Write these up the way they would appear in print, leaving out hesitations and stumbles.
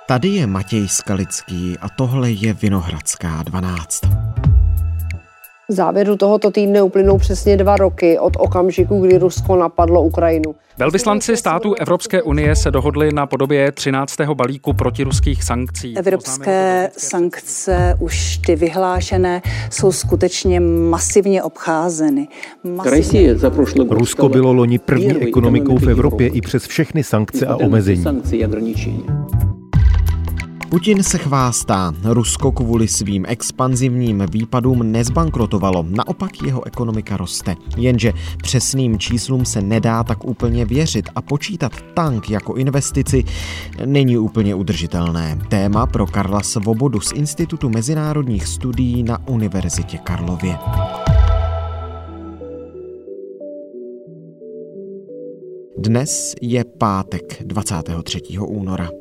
Tady je Matěj Skalický a tohle je Vinohradská 12. V závěru tohoto týdne uplynou přesně 2 roky od okamžiku, kdy Rusko napadlo Ukrajinu. Velvyslanci států Evropské unie se dohodli na podobě 13. balíku protiruských sankcí. Evropské sankce, už ty vyhlášené, jsou skutečně masivně obcházeny. Rusko bylo loni první ekonomikou v Evropě i přes všechny sankce a omezení. Putin se chvástá. Rusko kvůli svým expanzivním výpadům nezbankrotovalo, naopak jeho ekonomika roste. Jenže přesným číslům se nedá tak úplně věřit a počítat tank jako investici není úplně udržitelné. Téma pro Karla Svobodu z Institutu mezinárodních studií na Univerzitě Karlově. Dnes je pátek 23. února.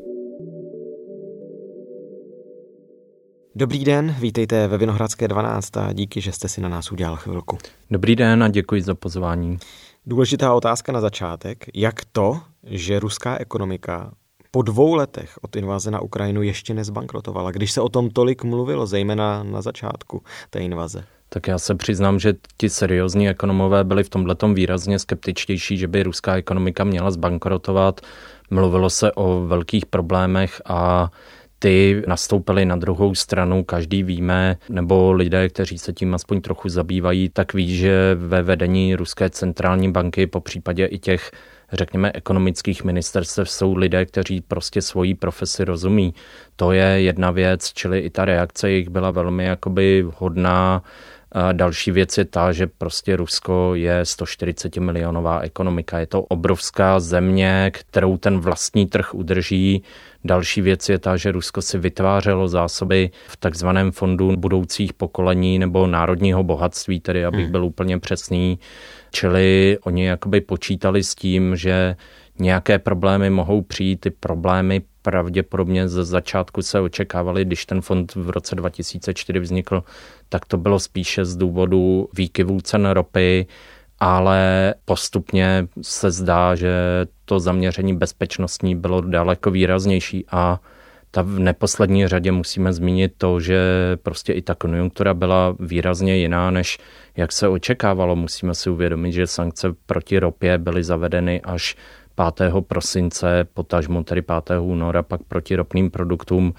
Dobrý den, vítejte ve Vinohradské 12 a díky, že jste si na nás udělal chvilku. Dobrý den a děkuji za pozvání. Důležitá otázka na začátek. Jak to, že ruská ekonomika po 2 letech od invaze na Ukrajinu ještě nezbankrotovala, když se o tom tolik mluvilo, zejména na začátku té invaze? Tak já se přiznám, že ti seriózní ekonomové byli v tomhletom výrazně skeptičtější, že by ruská ekonomika měla zbankrotovat. Mluvilo se o velkých problémech a ty nastoupily na druhou stranu, každý víme, nebo lidé, kteří se tím aspoň trochu zabývají, tak ví, že ve vedení Ruské centrální banky, po případě i těch, řekněme, ekonomických ministerstev jsou lidé, kteří prostě svojí profesi rozumí. To je jedna věc, čili i ta reakce jich byla velmi jakoby hodná. A další věc je ta, že prostě Rusko je 140 milionová ekonomika. Je to obrovská země, kterou ten vlastní trh udrží. Další věc je ta, že Rusko si vytvářelo zásoby v takzvaném fondu budoucích pokolení nebo národního bohatství, tedy abych byl úplně přesný. Čili oni jakoby počítali s tím, že nějaké problémy mohou přijít. Ty problémy pravděpodobně ze začátku se očekávaly, když ten fond v roce 2004 vznikl, tak to bylo spíše z důvodu výkyvů cen ropy, ale postupně se zdá, že to zaměření bezpečnostní bylo daleko výraznější a v neposlední řadě musíme zmínit to, že prostě i ta konjunktura byla výrazně jiná, než jak se očekávalo. Musíme si uvědomit, že sankce proti ropě byly zavedeny až 5. prosince, potažmo tedy 5. února, pak proti ropným produktům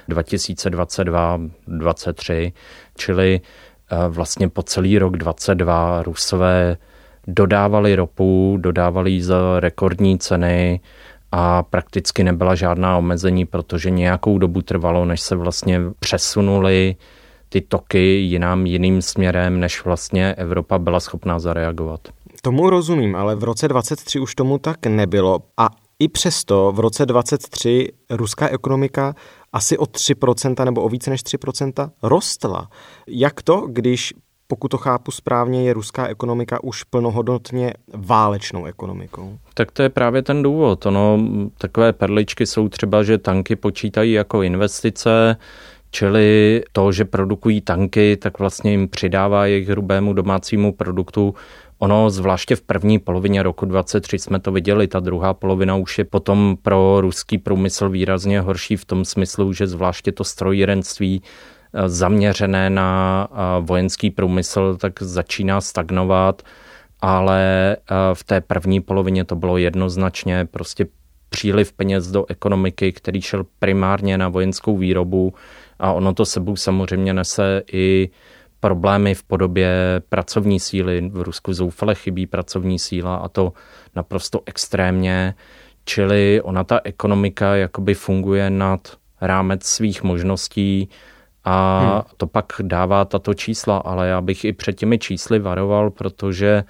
2022-2023, čili vlastně po celý rok 2022 Rusové dodávali ropu, dodávali ji za rekordní ceny a prakticky nebyla žádná omezení, protože nějakou dobu trvalo, než se vlastně přesunuly ty toky jiným směrem, než vlastně Evropa byla schopná zareagovat. Tomu rozumím, ale v roce 2023 už tomu tak nebylo a i přesto v roce 2023 ruská ekonomika asi o 3% nebo o více než 3% rostla. Jak to, když, pokud to chápu správně, je ruská ekonomika už plnohodnotně válečnou ekonomikou? Tak to je právě ten důvod. Takové perličky jsou třeba, že tanky počítají jako investice, čili to, že produkují tanky, tak vlastně jim přidává jejich hrubému domácímu produktu. Ono, zvláště v první polovině roku 2023 jsme to viděli, ta druhá polovina už je potom pro ruský průmysl výrazně horší v tom smyslu, že zvláště to strojírenství zaměřené na vojenský průmysl tak začíná stagnovat, ale v té první polovině to bylo jednoznačně prostě příliv peněz do ekonomiky, který šel primárně na vojenskou výrobu a ono to sebou samozřejmě nese i problémy v podobě pracovní síly. V Rusku zoufale chybí pracovní síla a to naprosto extrémně, čili ona ta ekonomika jakoby funguje nad rámec svých možností a to pak dává tato čísla, ale já bych i před těmi čísly varoval, protože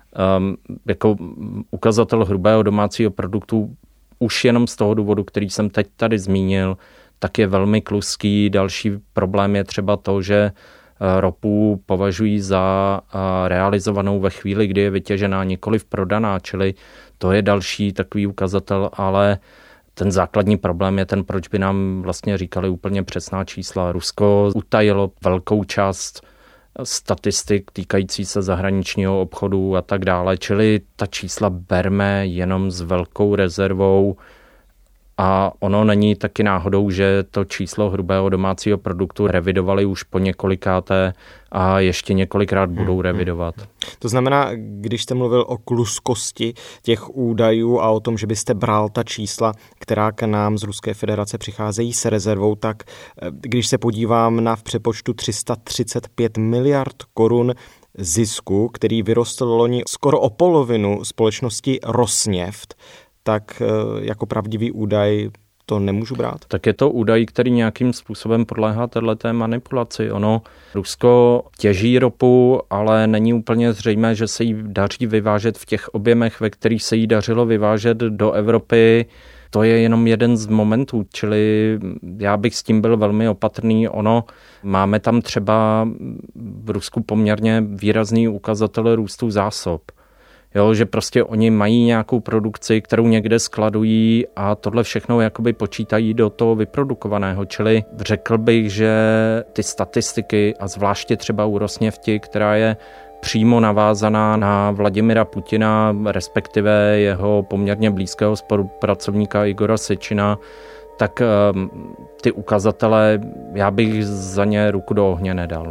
jako ukazatel hrubého domácího produktu už jenom z toho důvodu, který jsem teď tady zmínil, tak je velmi kluský. Další problém je třeba to, že ropu považují za realizovanou ve chvíli, kdy je vytěžená, nikoliv prodaná, čili to je další takový ukazatel, ale ten základní problém je ten, proč by nám vlastně říkali úplně přesná čísla. Rusko utajilo velkou část statistik týkající se zahraničního obchodu a tak dále, čili ta čísla berme jenom s velkou rezervou A ono není taky náhodou, že to číslo hrubého domácího produktu revidovali už po několikáté a ještě několikrát budou revidovat. To znamená, když jste mluvil o kluskosti těch údajů a o tom, že byste bral ta čísla, která k nám z Ruské federace přicházejí s rezervou, tak když se podívám na v přepočtu 335 miliard korun zisku, který vyrostl loni skoro o polovinu společnosti Rosneft, tak jako pravdivý údaj to nemůžu brát? Tak je to údaj, který nějakým způsobem podléhá téhleté manipulaci. Rusko těží ropu, ale není úplně zřejmé, že se jí daří vyvážet v těch objemech, ve kterých se jí dařilo vyvážet do Evropy. To je jenom jeden z momentů, čili já bych s tím byl velmi opatrný. Máme tam třeba v Rusku poměrně výrazný ukazatel růstu zásob. Že prostě oni mají nějakou produkci, kterou někde skladují a tohle všechno jakoby počítají do toho vyprodukovaného. Čili řekl bych, že ty statistiky a zvláště třeba u Rosnefti, která je přímo navázaná na Vladimira Putina, respektive jeho poměrně blízkého spolupracovníka Igora Sečina, tak ty ukazatele, já bych za ně ruku do ohně nedal.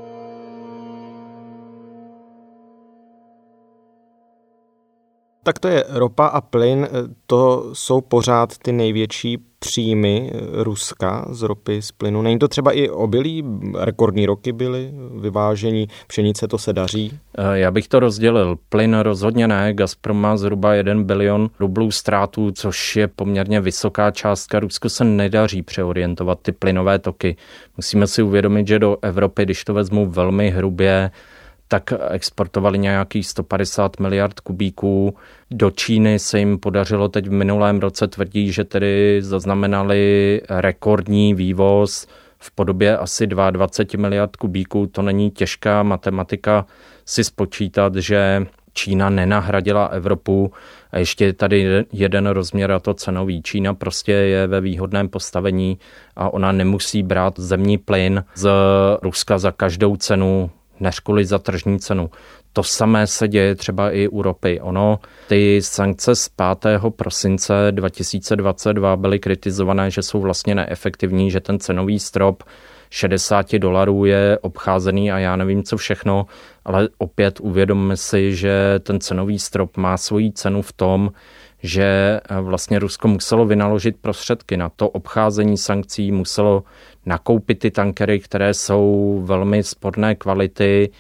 Tak to je ropa a plyn, to jsou pořád ty největší příjmy Ruska z ropy, z plynu. Není to třeba i obilí? Rekordní roky byly, vyvážení pšenice, to se daří? Já bych to rozdělil. Plyn rozhodně ne. Gazprom má zhruba 1 bilion rublů ztrátu, což je poměrně vysoká částka. Rusku se nedaří přeorientovat ty plynové toky. Musíme si uvědomit, že do Evropy, když to vezmu velmi hrubě, tak exportovali nějakých 150 miliard kubíků. Do Číny se jim podařilo teď v minulém roce, tvrdí, že tedy zaznamenali rekordní vývoz v podobě asi 22 miliard kubíků. To není těžká matematika si spočítat, že Čína nenahradila Evropu a ještě je tady jeden rozměr a to cenový. Čína prostě je ve výhodném postavení a ona nemusí brát zemní plyn z Ruska za každou cenu, než kvůli za tržní cenu. To samé se děje třeba i u ropy. Ty sankce z 5. prosince 2022 byly kritizované, že jsou vlastně neefektivní, že ten cenový strop $60 je obcházený a já nevím co všechno, ale opět uvědomme si, že ten cenový strop má svoji cenu v tom, že vlastně Rusko muselo vynaložit prostředky na to obcházení sankcí, muselo nakoupit ty tankery, které jsou velmi sporné kvality.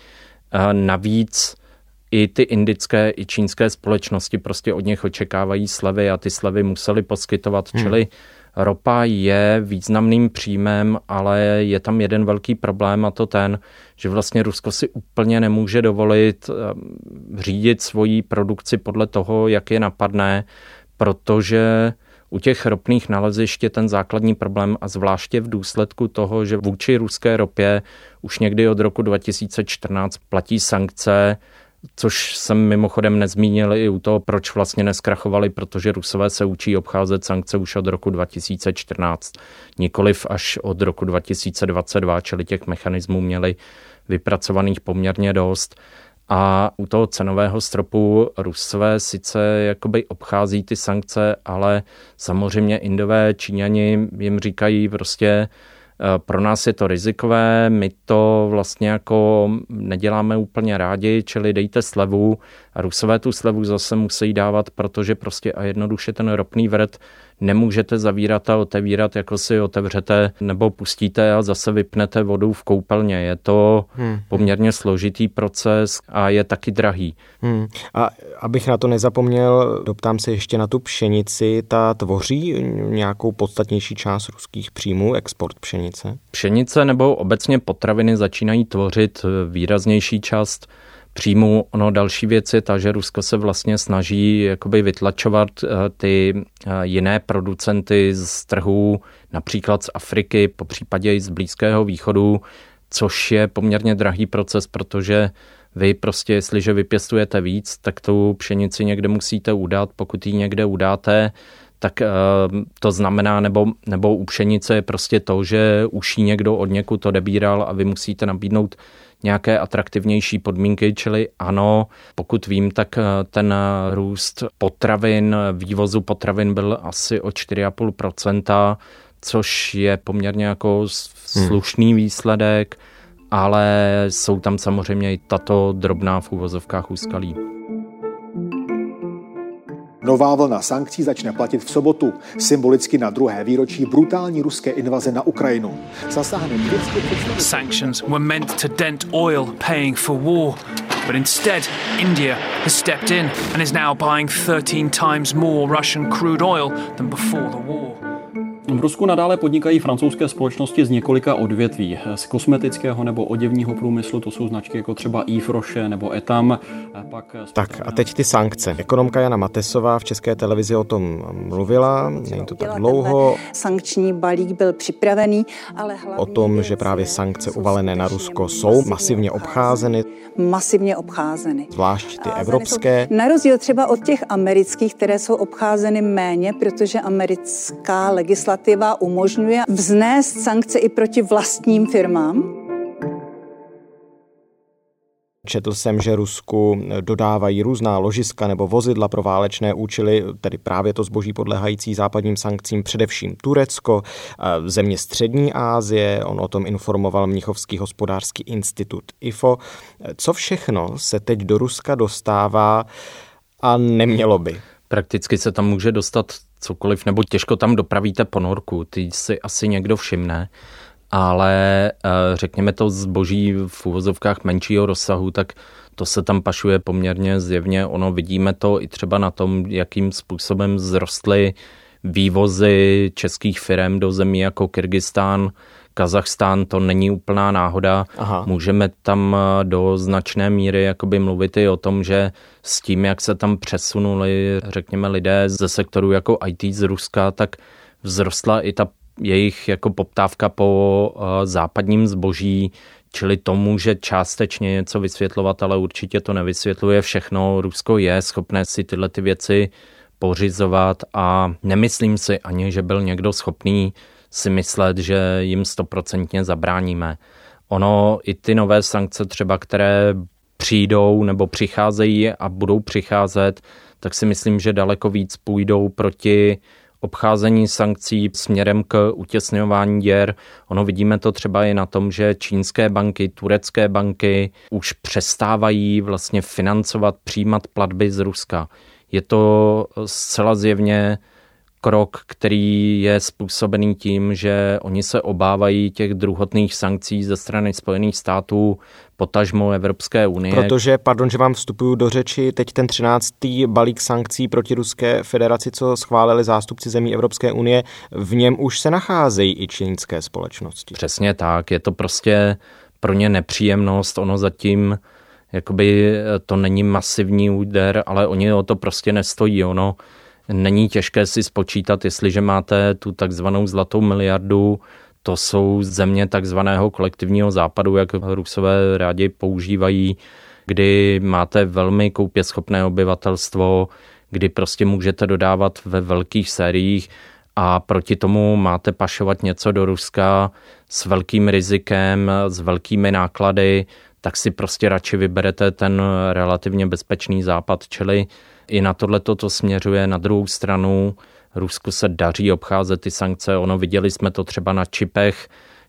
Navíc i ty indické, i čínské společnosti prostě od nich očekávají slevy a ty slevy museli poskytovat, čili ropa je významným příjmem, ale je tam jeden velký problém a to ten, že vlastně Rusko si úplně nemůže dovolit řídit svoji produkci podle toho, jak je napadne, protože u těch ropných nalezišť je ten základní problém a zvláště v důsledku toho, že vůči ruské ropě už někdy od roku 2014 platí sankce, což jsem mimochodem nezmínil i u toho, proč vlastně neskrachovali, protože Rusové se učí obcházet sankce už od roku 2014, nikoliv až od roku 2022, čili těch mechanismů měli vypracovaných poměrně dost. A u toho cenového stropu Rusové sice jakoby obchází ty sankce, ale samozřejmě Indové, Číňani jim říkají prostě pro nás je to rizikové, my to vlastně jako neděláme úplně rádi, čili dejte slevu a Rusové tu slevu zase musí dávat, protože prostě a jednoduše ten ropný vrt nemůžete zavírat a otevírat, jako si otevřete nebo pustíte a zase vypnete vodu v koupelně. Je to poměrně složitý proces a je taky drahý. A abych na to nezapomněl, doptám se ještě na tu pšenici. Ta tvoří nějakou podstatnější část ruských příjmů, export pšenice? Pšenice nebo obecně potraviny začínají tvořit výraznější část příjmu. Další věc je ta, že Rusko se vlastně snaží jakoby vytlačovat ty jiné producenty z trhů, například z Afriky, popřípadě i z Blízkého východu, což je poměrně drahý proces, protože vy prostě, jestliže vypěstujete víc, tak tu pšenici někde musíte udat. Pokud ji někde udáte, tak to znamená, nebo u pšenice je prostě to, že už ji někdo od někud odebíral a vy musíte nabídnout nějaké atraktivnější podmínky, čili ano, pokud vím, tak ten růst potravin, vývozu potravin byl asi o 4,5%, což je poměrně jako slušný výsledek, ale jsou tam samozřejmě i tato drobná v uvozovkách úskalí. Nová vlna sankcí začne platit v sobotu, symbolicky na 2. výročí brutální ruské invaze na Ukrajinu. Zasáhne 200... Sanctions were meant to dent oil paying for war, but instead India has stepped in and is now buying 13 times more Russian crude oil than before the war. V Rusku nadále podnikají francouzské společnosti z několika odvětví. Z kosmetického nebo oděvního průmyslu, to jsou značky jako třeba Yves Rocher nebo Etam. Tak a teď ty sankce. Ekonomka Jana Matesová v České televizi o tom mluvila, není to tak dlouho. Sankční balík byl připravený, ale o tom, že právě sankce uvalené na Rusko jsou masivně obcházeny. Zvlášť ty evropské. Na rozdíl třeba od těch amerických, které jsou obcházeny méně, protože americká legislativa umožňuje vznést sankce i proti vlastním firmám. Četl jsem, že Rusku dodávají různá ložiska nebo vozidla pro válečné účely, tedy právě to zboží podléhající západním sankcím, především Turecko, země Střední Asie, on o tom informoval Mnichovský hospodářský institut IFO. Co všechno se teď do Ruska dostává a nemělo by? Prakticky se tam může dostat cokoliv, nebo těžko tam dopravíte ponorku, ty si asi někdo všimne. Ale řekněme to zboží v uvozovkách menšího rozsahu, tak to se tam pašuje poměrně zjevně. Ono vidíme to i třeba na tom, jakým způsobem vzrostly vývozy českých firem do zemí jako Kyrgyzstán, Kazachstán, to není úplná náhoda. Aha. Můžeme tam do značné míry jakoby mluvit i o tom, že s tím, jak se tam přesunuli, řekněme, lidé ze sektoru jako IT z Ruska, tak vzrostla i ta jejich jako poptávka po západním zboží, čili to může částečně něco vysvětlovat, ale určitě to nevysvětluje všechno. Rusko je schopné si tyhle ty věci pořizovat a nemyslím si ani, že byl někdo schopný si myslet, že jim 100% zabráníme. Ono i ty nové sankce třeba, které přijdou nebo přicházejí a budou přicházet, tak si myslím, že daleko víc půjdou proti obcházení sankcí směrem k utěsňování děr. Ono vidíme to třeba i na tom, že čínské banky, turecké banky už přestávají vlastně financovat, přijímat platby z Ruska. Je to zcela zjevně krok, který je způsobený tím, že oni se obávají těch druhotných sankcí ze strany Spojených států, potažmo Evropské unie. Protože, pardon, že vám vstupuju do řeči, teď ten 13. balík sankcí proti Ruské federaci, co schválili zástupci zemí Evropské unie, v něm už se nacházejí i čínské společnosti. Přesně tak, je to prostě pro ně nepříjemnost, ono zatím jakoby to není masivní úder, ale oni o to prostě nestojí, ono není těžké si spočítat, jestliže máte tu takzvanou zlatou miliardu, to jsou země takzvaného kolektivního západu, jak Rusové rádi používají, kdy máte velmi koupěschopné obyvatelstvo, kdy prostě můžete dodávat ve velkých sériích a proti tomu máte pašovat něco do Ruska s velkým rizikem, s velkými náklady, tak si prostě radši vyberete ten relativně bezpečný západ, čili i na tohleto to směřuje. Na druhou stranu Rusku se daří obcházet ty sankce. Ono viděli jsme to třeba na čipech,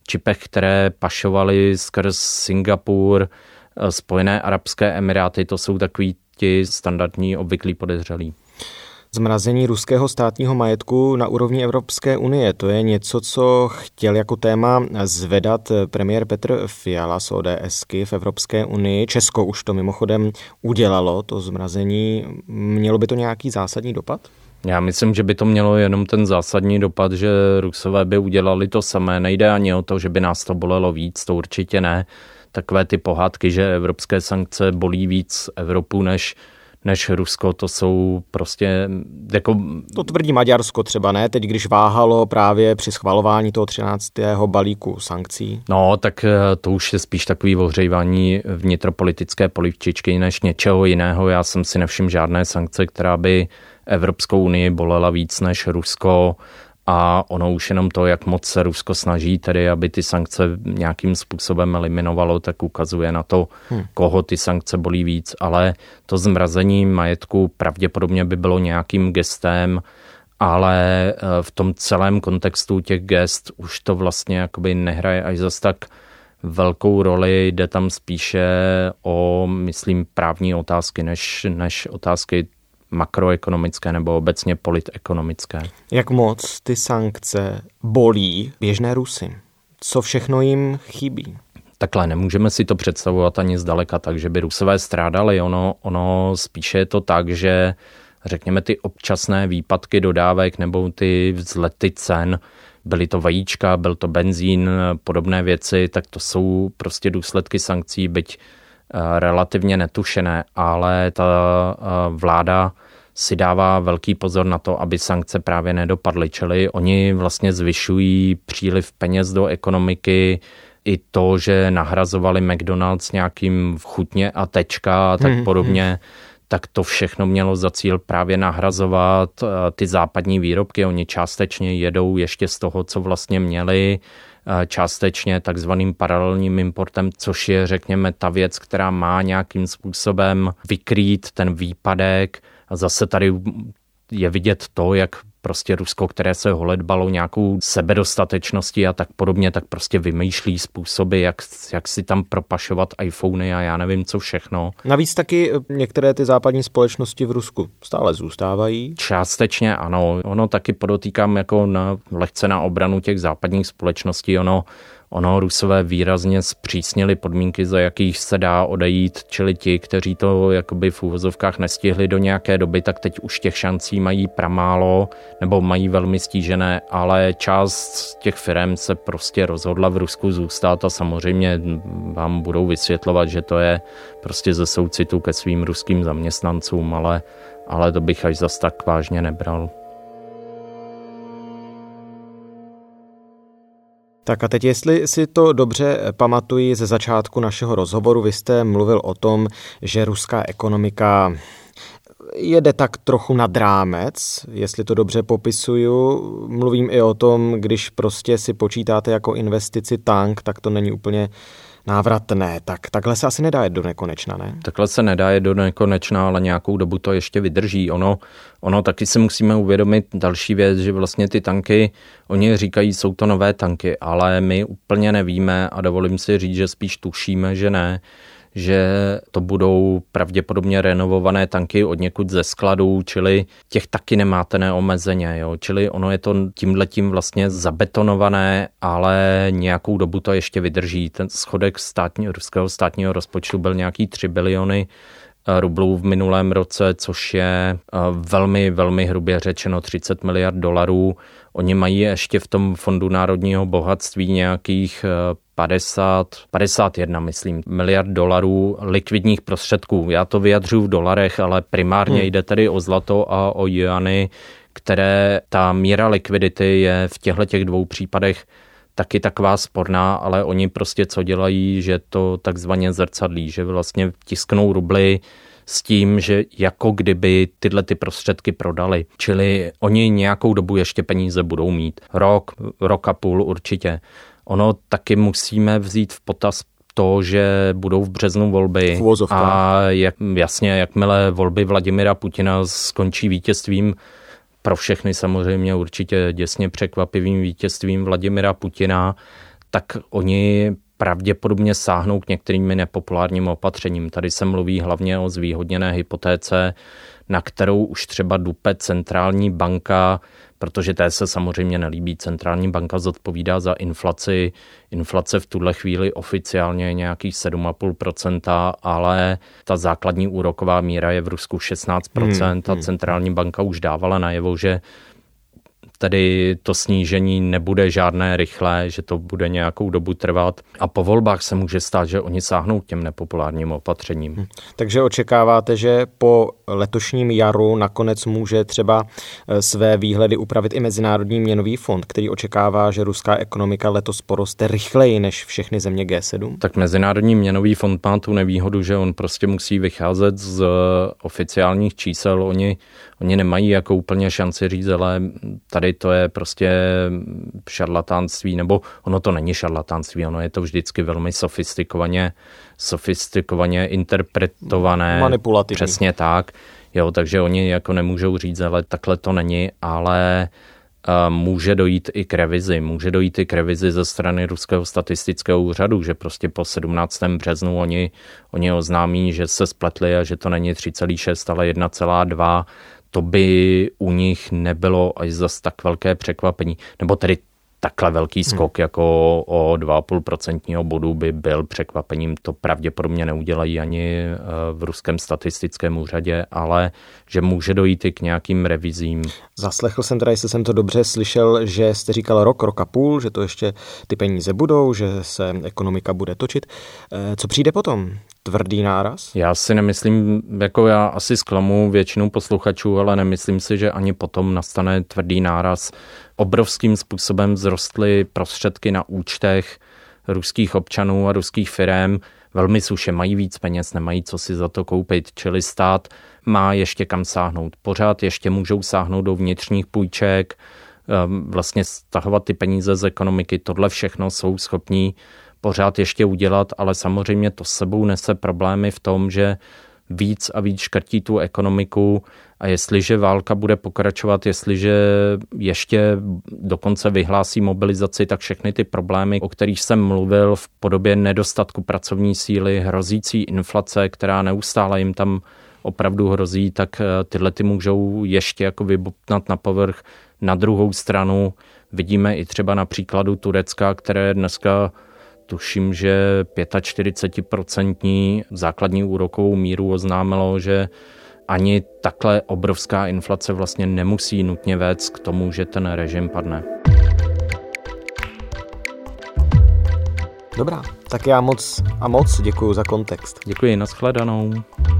které pašovali skrz Singapur, Spojené arabské emiráty, to jsou takový ti standardní obvyklí podezřelí. Zmrazení ruského státního majetku na úrovni Evropské unie, to je něco, co chtěl jako téma zvedat premiér Petr Fiala z ODSky v Evropské unii. Česko už to mimochodem udělalo, to zmrazení. Mělo by to nějaký zásadní dopad? Já myslím, že by to mělo jenom ten zásadní dopad, že Rusové by udělali to samé. Nejde ani o to, že by nás to bolelo víc, to určitě ne. Takové ty pohádky, že evropské sankce bolí víc Evropu než Rusko, to jsou prostě jako... To tvrdí Maďarsko třeba, ne? Teď, když váhalo právě při schvalování toho 13. balíku sankcí. No, tak to už je spíš takový ohřejvání vnitropolitické polivčičky než něčeho jiného. Já jsem si nevšiml žádné sankce, která by Evropskou unii bolela víc než Rusko a ono už jenom to, jak moc se Rusko snaží tedy, aby ty sankce nějakým způsobem eliminovalo, tak ukazuje na to, koho ty sankce bolí víc, ale to zmrazení majetku pravděpodobně by bylo nějakým gestem, ale v tom celém kontextu těch gest už to vlastně jakoby nehraje až zas tak velkou roli, jde tam spíše o, myslím, právní otázky, než otázky makroekonomické nebo obecně politekonomické. Jak moc ty sankce bolí běžné Rusy? Co všechno jim chybí? Takhle, nemůžeme si to představovat ani zdaleka tak, že by Rusové strádali. Ono spíše je to tak, že řekněme ty občasné výpadky dodávek nebo ty vzlety cen, byly to vajíčka, byl to benzín, podobné věci, tak to jsou prostě důsledky sankcí, byť relativně netušené, ale ta vláda si dává velký pozor na to, aby sankce právě nedopadly, čili oni vlastně zvyšují příliv peněz do ekonomiky, i to, že nahrazovali McDonald's nějakým chutně a tečka a tak podobně, tak to všechno mělo za cíl právě nahrazovat ty západní výrobky. Oni částečně jedou ještě z toho, co vlastně měli, částečně takzvaným paralelním importem, což je, řekněme, ta věc, která má nějakým způsobem vykrýt ten výpadek. A zase tady je vidět to, jak prostě Rusko, které se holedbalo nějakou sebedostatečností a tak podobně, tak prostě vymýšlí způsoby, jak si tam propašovat iPhony a já nevím co všechno. Navíc taky některé ty západní společnosti v Rusku stále zůstávají. Částečně ano. Ono taky podotýkám jako lehce na obranu těch západních společností. Ono Rusové výrazně zpřísnili podmínky, za jakých se dá odejít, čili ti, kteří to jakoby v úvozovkách nestihli do nějaké doby, tak teď už těch šancí mají pramálo nebo mají velmi stížené, ale část těch firem se prostě rozhodla v Rusku zůstat a samozřejmě vám budou vysvětlovat, že to je prostě ze soucitu ke svým ruským zaměstnancům, ale to bych až zas tak vážně nebral. Tak a teď, jestli si to dobře pamatuji ze začátku našeho rozhovoru, vy jste mluvil o tom, že ruská ekonomika jede tak trochu nad rámec, jestli to dobře popisuju. Mluvím i o tom, když prostě si počítáte jako investici tank, tak to není úplně návratné. Tak takhle se asi nedá jet do nekonečna, ne? Takhle se nedá jet do nekonečna, ale nějakou dobu to ještě vydrží. Ono taky si musíme uvědomit další věc, že vlastně ty tanky, oni říkají, jsou to nové tanky, ale my úplně nevíme a dovolím si říct, že spíš tušíme, že ne, že to budou pravděpodobně renovované tanky od někud ze skladů, čili těch taky nemáte neomezeně, jo? Čili ono je to tímhletím vlastně zabetonované, ale nějakou dobu to ještě vydrží. Ten schodek ruského státního rozpočtu byl nějaký 3 biliony rublů v minulém roce, což je velmi, velmi hrubě řečeno 30 miliard dolarů. Oni mají ještě v tom fondu národního bohatství nějakých 51, myslím, miliard dolarů likvidních prostředků. Já to vyjadřuju v dolarech, ale primárně jde tedy o zlato a o juany, které ta míra likvidity je v těchto dvou případech taky taková sporná, ale oni prostě co dělají, že to takzvaně zrcadlí, že vlastně tisknou rubly s tím, že jako kdyby tyhle ty prostředky prodali. Čili oni nějakou dobu ještě peníze budou mít. Rok a půl určitě. Ono taky musíme vzít v potaz to, že budou v březnu volby a jakmile volby Vladimira Putina skončí vítězstvím, pro všechny samozřejmě určitě děsně překvapivým vítězstvím Vladimira Putina, tak oni pravděpodobně sáhnou k některým nepopulárním opatřením. Tady se mluví hlavně o zvýhodněné hypotéce, na kterou už třeba dupe centrální banka, protože té se samozřejmě nelíbí. Centrální banka zodpovídá za inflaci. Inflace v tuhle chvíli oficiálně je nějakých 7,5%, ale ta základní úroková míra je v Rusku 16% a centrální banka už dávala najevo, že tedy to snížení nebude žádné rychlé, že to bude nějakou dobu trvat a po volbách se může stát, že oni sáhnou k těm nepopulárním opatřením. Takže očekáváte, že po letošním jaru nakonec může třeba své výhledy upravit i Mezinárodní měnový fond, který očekává, že ruská ekonomika letos poroste rychleji než všechny země G7? Tak Mezinárodní měnový fond má tu nevýhodu, že on prostě musí vycházet z oficiálních čísel. Oni nemají jako úplně šanci říct, ale tady zprávy, to je prostě šarlatánství, nebo ono to není šarlatánství, ono je to vždycky velmi sofistikovaně interpretované. Manipulativní. Přesně tak. Jo, takže oni jako nemůžou říct, ale takhle to není, ale může dojít i k revizi ze strany Ruského statistického úřadu, že prostě po 17. březnu oni oznámí, že se spletli a že to není 3,6, ale 1,2. To by u nich nebylo až zas tak velké překvapení. Nebo tedy takhle velký skok jako o 2,5% bodu by byl překvapením. To pravděpodobně neudělají ani v Ruském statistickém úřadě, ale že může dojít i k nějakým revizím. Zaslechl jsem teda, jestli jsem to dobře slyšel, že jste říkal rok a půl, že to ještě ty peníze budou, že se ekonomika bude točit. Co přijde potom? Tvrdý náraz? Já si nemyslím, jako já asi zklamu většinu posluchačů, ale nemyslím si, že ani potom nastane tvrdý náraz. Obrovským způsobem vzrostly prostředky na účtech ruských občanů a ruských firem. Velmi suše, mají víc peněz, nemají co si za to koupit, čili stát má ještě kam sáhnout. Pořád ještě můžou sáhnout do vnitřních půjček, vlastně stahovat ty peníze z ekonomiky, tohle všechno jsou schopní pořád ještě udělat, ale samozřejmě to s sebou nese problémy v tom, že víc a víc škrtí tu ekonomiku a jestliže válka bude pokračovat, jestliže ještě dokonce vyhlásí mobilizaci, tak všechny ty problémy, o kterých jsem mluvil v podobě nedostatku pracovní síly, hrozící inflace, která neustále jim tam opravdu hrozí, tak tyhle ty můžou ještě jako vybopnat na povrch. Na druhou stranu vidíme i třeba na příkladu Turecka, které dneska tuším, že 45% základní úrokovou míru oznámilo, že ani takhle obrovská inflace vlastně nemusí nutně vést k tomu, že ten režim padne. Dobrá, tak já moc děkuju za kontext. Děkuji, nashledanou.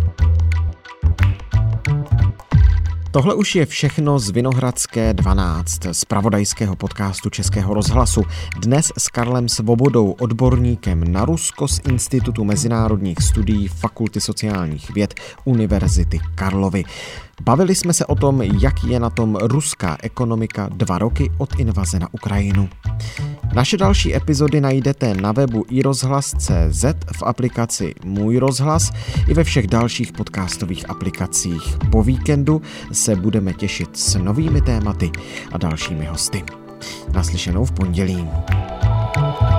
Tohle už je všechno z Vinohradské 12, z zpravodajského podcastu Českého rozhlasu. Dnes s Karlem Svobodou, odborníkem na Rusko z Institutu mezinárodních studií Fakulty sociálních věd Univerzity Karlovy. Bavili jsme se o tom, jak je na tom ruská ekonomika 2 roky od invaze na Ukrajinu. Naše další epizody najdete na webu iRozhlas.cz, v aplikaci Můj rozhlas i ve všech dalších podcastových aplikacích. Po víkendu se budeme těšit s novými tématy a dalšími hosty. Naslyšenou v pondělí.